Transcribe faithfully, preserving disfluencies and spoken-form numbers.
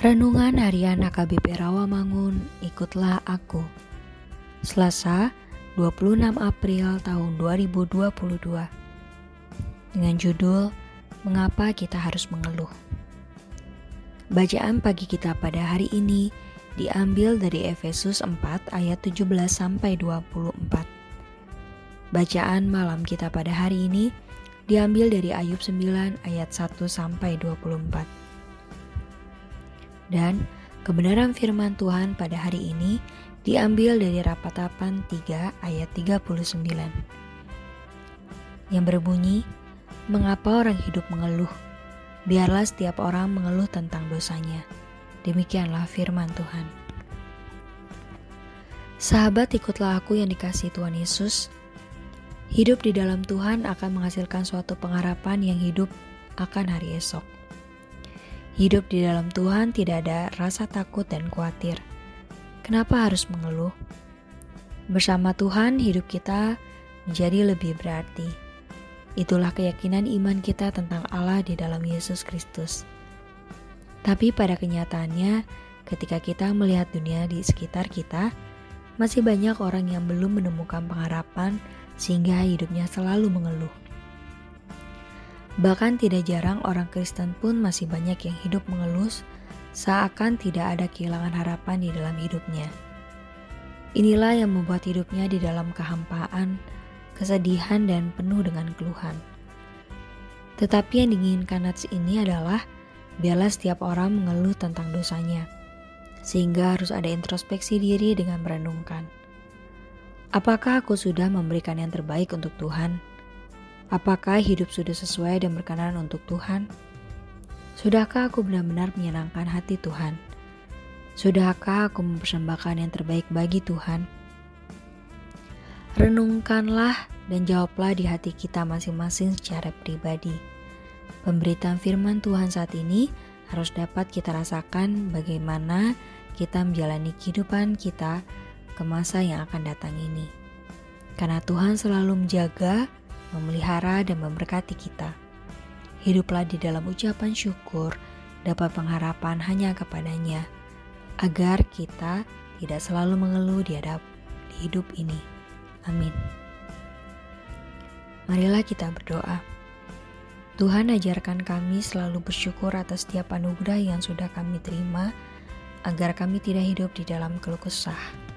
Renungan Harian A K B P Rawamangun, ikutlah aku. Selasa, dua puluh enam April tahun dua ribu dua puluh dua. Dengan judul, Mengapa Kita Harus Mengeluh. Bacaan pagi kita pada hari ini diambil dari Efesus empat ayat tujuh belas sampai dua puluh empat. Bacaan malam kita pada hari ini diambil dari Ayub sembilan ayat satu sampai dua puluh empat. Dan kebenaran firman Tuhan pada hari ini diambil dari Rapatapan tiga ayat tiga puluh sembilan yang berbunyi, mengapa orang hidup mengeluh? Biarlah setiap orang mengeluh tentang dosanya. Demikianlah firman Tuhan. Sahabat, ikutlah aku yang dikasihi Tuhan Yesus. Hidup di dalam Tuhan akan menghasilkan suatu pengharapan yang hidup akan hari esok. Hidup di dalam Tuhan tidak ada rasa takut dan khawatir. Kenapa harus mengeluh? Bersama Tuhan hidup kita menjadi lebih berarti. Itulah keyakinan iman kita tentang Allah di dalam Yesus Kristus. Tapi pada kenyataannya, ketika kita melihat dunia di sekitar kita, masih banyak orang yang belum menemukan pengharapan sehingga hidupnya selalu mengeluh. Bahkan tidak jarang orang Kristen pun masih banyak yang hidup mengeluh seakan tidak ada kehilangan harapan di dalam hidupnya. Inilah yang membuat hidupnya di dalam kehampaan, kesedihan dan penuh dengan keluhan. Tetapi yang diinginkan nats ini adalah biarlah setiap orang mengeluh tentang dosanya, sehingga harus ada introspeksi diri dengan merenungkan. Apakah aku sudah memberikan yang terbaik untuk Tuhan? Apakah hidup sudah sesuai dan berkenan untuk Tuhan? Sudahkah aku benar-benar menyenangkan hati Tuhan? Sudahkah aku mempersembahkan yang terbaik bagi Tuhan? Renungkanlah dan jawablah di hati kita masing-masing secara pribadi. Pemberitaan firman Tuhan saat ini harus dapat kita rasakan bagaimana kita menjalani kehidupan kita ke masa yang akan datang ini. Karena Tuhan selalu menjaga, memelihara dan memberkati kita. Hiduplah di dalam ucapan syukur, dapat pengharapan hanya kepadanya, agar kita tidak selalu mengeluh di hadap di hidup ini. Amin. Marilah kita berdoa. Tuhan, ajarkan kami selalu bersyukur atas setiap anugerah yang sudah kami terima, agar kami tidak hidup di dalam keluh kesah.